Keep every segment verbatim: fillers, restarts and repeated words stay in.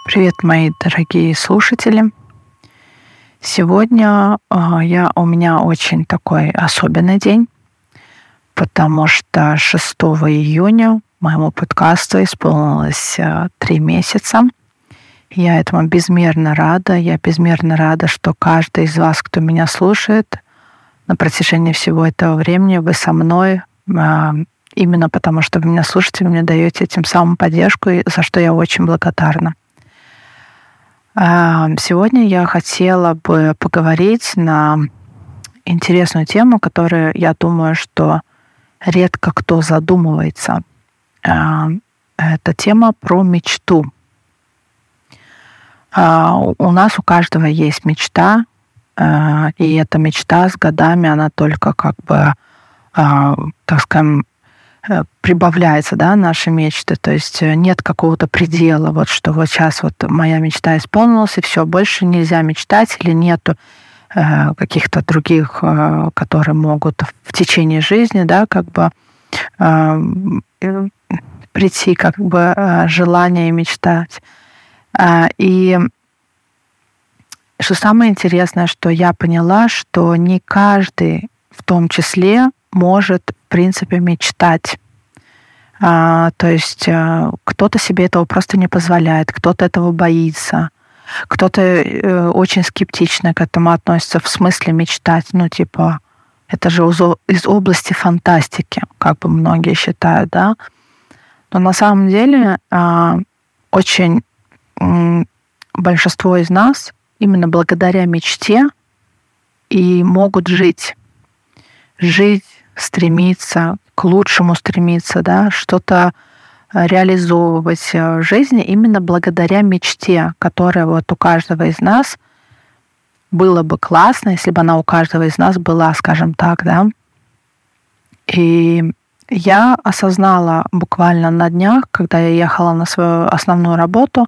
Привет, мои дорогие слушатели. Сегодня а, я, у меня очень такой особенный день, потому что шестого июня моему подкасту исполнилось а, три месяца. Я этому безмерно рада. Я безмерно рада, что каждый из вас, кто меня слушает, на протяжении всего этого времени вы со мной, а, именно потому что вы меня слушаете, вы мне даете этим самым поддержку, и за что я очень благодарна. Сегодня я хотела бы поговорить на интересную тему, которую, я думаю, что редко кто задумывается. Это тема про мечту. У нас у каждого есть мечта, и эта мечта с годами, она только как бы, так скажем, прибавляется, да, наши мечты. То есть нет какого-то предела, вот что вот сейчас вот моя мечта исполнилась, и все, больше нельзя мечтать, или нету э, каких-то других, э, которые могут в течение жизни, да, как бы э, прийти, как бы э, желание мечтать. Э, и что самое интересное, что я поняла, что не каждый, в том числе, может, в принципе, мечтать. А, то есть а, кто-то себе этого просто не позволяет, кто-то этого боится, кто-то э, очень скептично к этому относится, в смысле мечтать. Ну, типа, это же из области фантастики, как бы многие считают, да. Но на самом деле а, очень м, большинство из нас именно благодаря мечте и могут жить. Жить, стремиться, к лучшему стремиться, да, что-то реализовывать в жизни именно благодаря мечте, которая вот у каждого из нас было бы классно, если бы она у каждого из нас была, скажем так, да. И я осознала буквально на днях, когда я ехала на свою основную работу,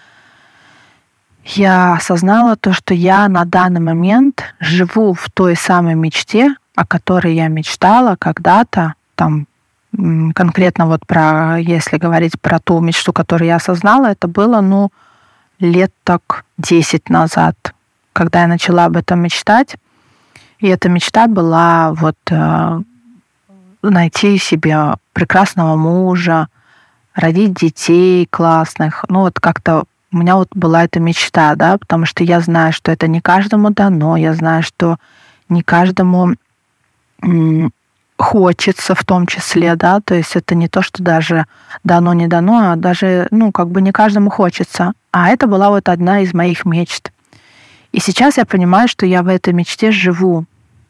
я осознала то, что я на данный момент живу в той самой мечте, о которой я мечтала когда-то, там, конкретно вот про, если говорить про ту мечту, которую я осознала, это было, ну, лет так десять назад, когда я начала об этом мечтать. И эта мечта была вот э, найти себе прекрасного мужа, родить детей классных. Ну, вот как-то у меня вот была эта мечта, да, потому что я знаю, что это не каждому дано, я знаю, что не каждому хочется в том числе, да, то есть это не то, что даже дано, не дано, а даже, ну, как бы не каждому хочется. А это была вот одна из моих мечт. И сейчас я понимаю, что я в этой мечте живу.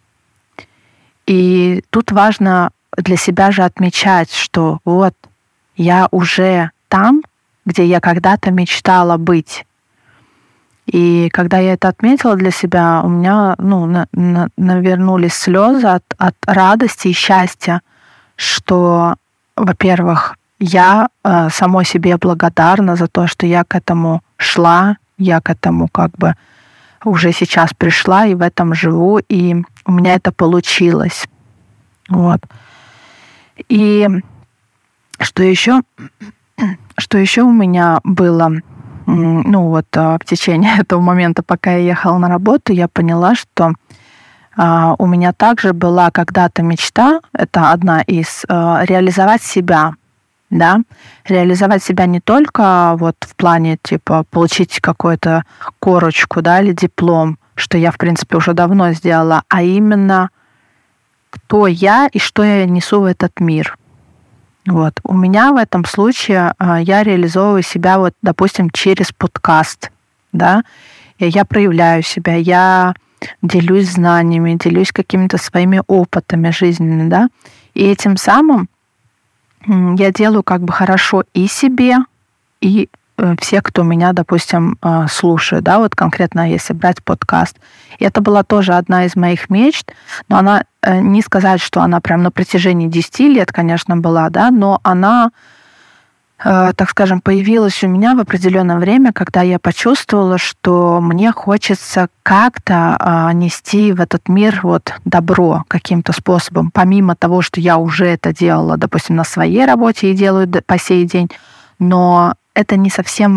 И тут важно для себя же отмечать, что вот я уже там, где я когда-то мечтала быть. И когда я это отметила для себя, у меня, ну, на, на, навернулись слезы от, от радости и счастья, что, во-первых, я э, самой себе благодарна за то, что я к этому шла, я к этому как бы уже сейчас пришла и в этом живу, и у меня это получилось. Вот. И что еще, что еще у меня было? Ну вот в течение этого момента, пока я ехала на работу, я поняла, что а, у меня также была когда-то мечта, это одна из, а, реализовать себя, да, реализовать себя не только вот в плане типа получить какую-то корочку, да, или диплом, что я в принципе уже давно сделала, а именно кто я и что я несу в этот мир. Вот. У меня в этом случае я реализовываю себя, вот, допустим, через подкаст, да, и я проявляю себя, я делюсь знаниями, делюсь какими-то своими опытами жизненными, да, и этим самым я делаю как бы хорошо и себе, и все, кто меня, допустим, слушает, да, вот конкретно если брать подкаст. И это была тоже одна из моих мечт, но она, не сказать, что она прям на протяжении десяти лет, конечно, была, да, но она, так скажем, появилась у меня в определенное время, когда я почувствовала, что мне хочется как-то нести в этот мир вот добро каким-то способом, помимо того, что я уже это делала, допустим, на своей работе и делаю по сей день, но это не совсем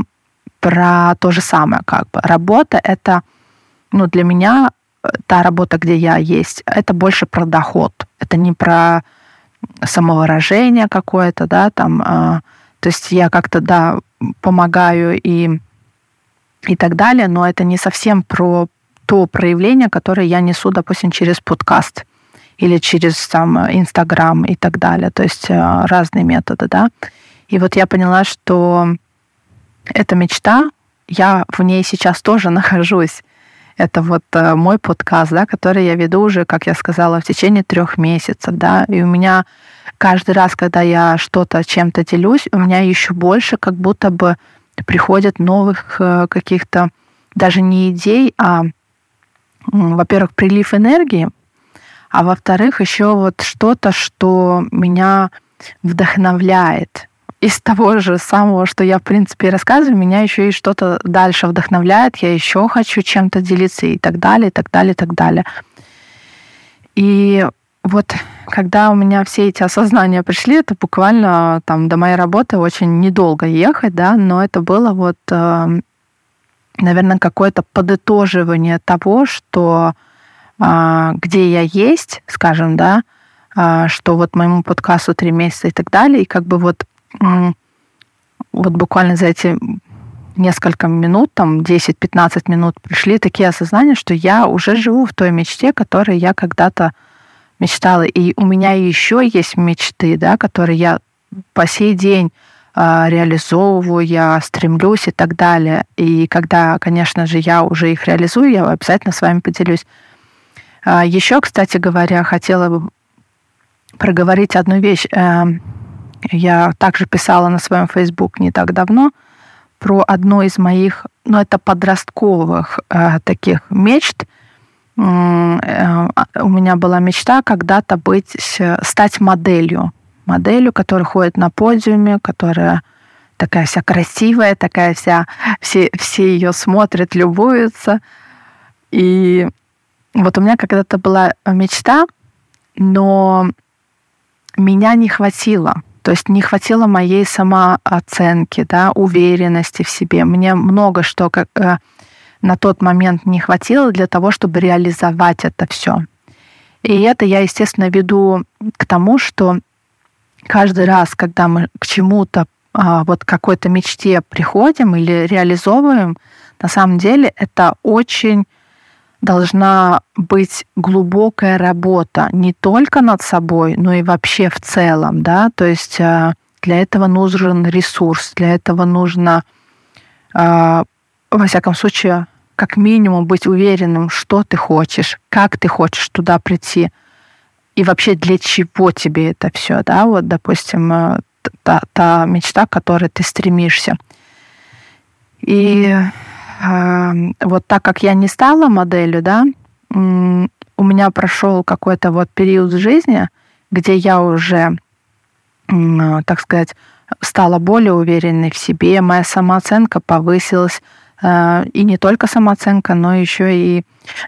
про то же самое как бы. Работа — это, ну, для меня та работа, где я есть, это больше про доход. Это не про самовыражение какое-то, да, там. Э, то есть я как-то, да, помогаю и, и так далее, но это не совсем про то проявление, которое я несу, допустим, через подкаст или через там Инстаграм и так далее. То есть э, разные методы, да. И вот я поняла, что эта мечта, я в ней сейчас тоже нахожусь. Это вот э, мой подкаст, да, который я веду уже, как я сказала, в течение трех месяцев, да. И у меня каждый раз, когда я что-то чем-то делюсь, у меня еще больше как будто бы приходят новых э, каких-то даже не идей, а, во-первых, прилив энергии, а во-вторых, еще вот что-то, что меня вдохновляет. Из того же самого, что я, в принципе, рассказываю, меня еще и что-то дальше вдохновляет, я еще хочу чем-то делиться и так далее, и так далее, и так далее. И вот когда у меня все эти осознания пришли, это буквально там до моей работы очень недолго ехать, да, но это было вот, наверное, какое-то подытоживание того, что где я есть, скажем, да, что вот моему подкасту три месяца и так далее, и как бы вот вот буквально за эти несколько минут, там десять-пятнадцать минут пришли такие осознания, что я уже живу в той мечте, которой я когда-то мечтала. И у меня еще есть мечты, да, которые я по сей день э, реализовываю, я стремлюсь и так далее. И когда, конечно же, я уже их реализую, я обязательно с вами поделюсь. Э, еще, кстати говоря, хотела бы проговорить одну вещь. Э, Я также писала на своем Facebook не так давно про одну из моих, ну, это подростковых э, таких мечт. Э, у меня была мечта когда-то быть, стать моделью. Моделью, которая ходит на подиуме, которая такая вся красивая, такая вся, все, все ее смотрят, любуются. И вот у меня когда-то была мечта, но меня не хватило. То есть не хватило моей самооценки, да, уверенности в себе. Мне много что как, э, на тот момент не хватило для того, чтобы реализовать это все. И это я, естественно, веду к тому, что каждый раз, когда мы к чему-то, э, вот какой-то мечте приходим или реализовываем, на самом деле это очень должна быть глубокая работа не только над собой, но и вообще в целом, да, то есть для этого нужен ресурс, для этого нужно, во всяком случае, как минимум быть уверенным, что ты хочешь, как ты хочешь туда прийти, и вообще для чего тебе это все, да, вот, допустим, та, та мечта, к которой ты стремишься. И вот так как я не стала моделью, да, у меня прошел какой-то вот период жизни, где я уже, так сказать, стала более уверенной в себе, моя самооценка повысилась, и не только самооценка, но еще и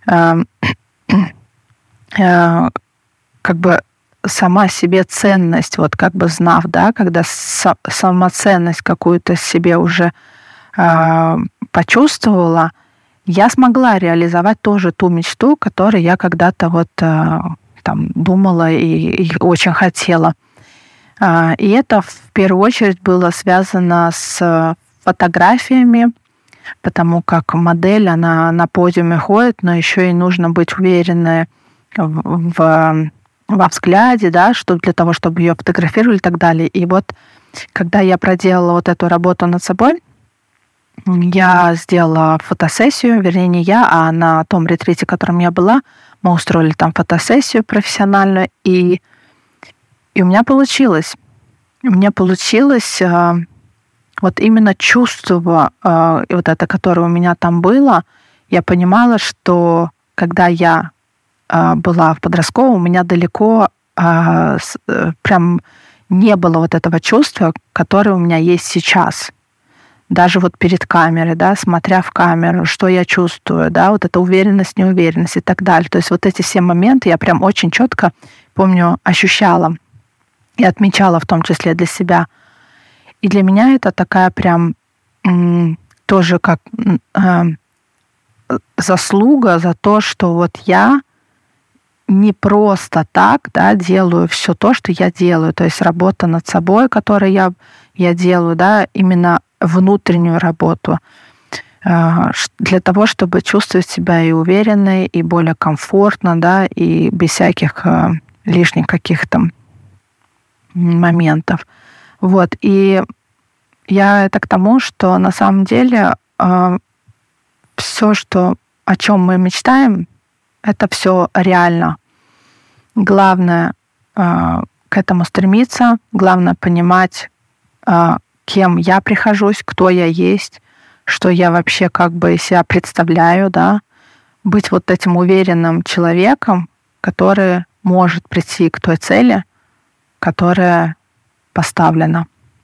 как бы сама себе ценность, вот как бы знав, да, когда самоценность какую-то себе уже почувствовала, я смогла реализовать тоже ту мечту, которую я когда-то вот там думала и, и очень хотела. И это в первую очередь было связано с фотографиями, потому как модель, она на подиуме ходит, но еще и нужно быть уверенной в, в, во взгляде, да, что для того, чтобы ее фотографировали и так далее. И вот когда я проделала вот эту работу над собой, я сделала фотосессию, вернее, не я, а на том ретрите, в котором я была, мы устроили там фотосессию профессиональную, и, и у меня получилось. У меня получилось э, вот именно чувство, э, вот это, которое у меня там было, я понимала, что когда я э, была в подростковом, у меня далеко э, с, э, прям не было вот этого чувства, которое у меня есть сейчас. Даже вот перед камерой, да, смотря в камеру, что я чувствую, да, вот эта уверенность, неуверенность и так далее. То есть вот эти все моменты я прям очень четко, помню, ощущала и отмечала в том числе для себя. И для меня это такая прям м- тоже как э, заслуга за то, что вот я не просто так, да, делаю все то, что я делаю. То есть работа над собой, которую я, я делаю, да, именно внутреннюю работу, для того, чтобы чувствовать себя и уверенной, и более комфортно, да, и без всяких лишних каких-то моментов. Вот. И я это к тому, что на самом деле все, что, о чем мы мечтаем, это все реально. Главное к этому стремиться, главное понимать, кем я прихожусь, кто я есть, что я вообще как бы себя представляю, да, быть вот этим уверенным человеком, который может прийти к той цели, которая поставлена.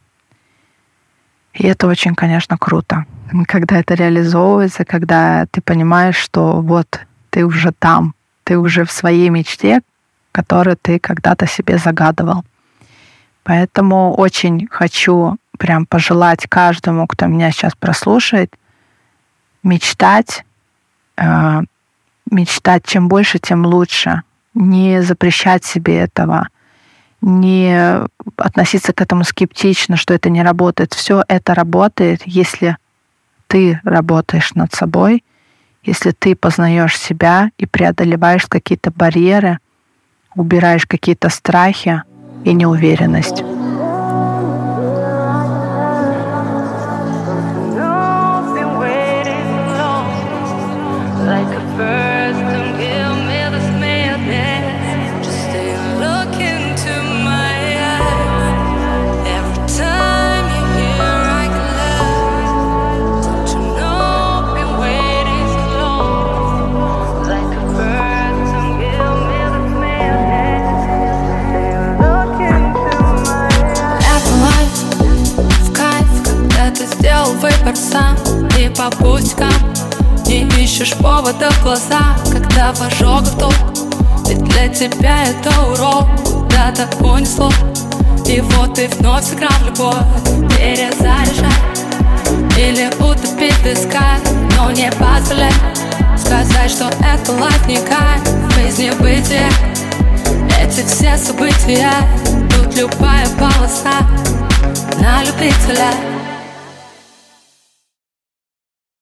И это очень, конечно, круто, когда это реализовывается, когда ты понимаешь, что вот ты уже там, ты уже в своей мечте, которую ты когда-то себе загадывал. Поэтому очень хочу прям пожелать каждому, кто меня сейчас прослушает, мечтать, э, мечтать чем больше, тем лучше. Не запрещать себе этого, не относиться к этому скептично, что это не работает. Все это работает, если ты работаешь над собой, если ты познаешь себя и преодолеваешь какие-то барьеры, убираешь какие-то страхи и неуверенность. Выбор сам и по пустякам не ищешь повода в глаза, когда в ожогах толк. Ведь для тебя это урок, куда-то унесло. И вот ты вновь сыграл в любовь, перезаряжай или утопить в песках, но не позволяй сказать, что это лайф не кайф, жизнь бытия. Эти все события, тут любая полоса на любителя.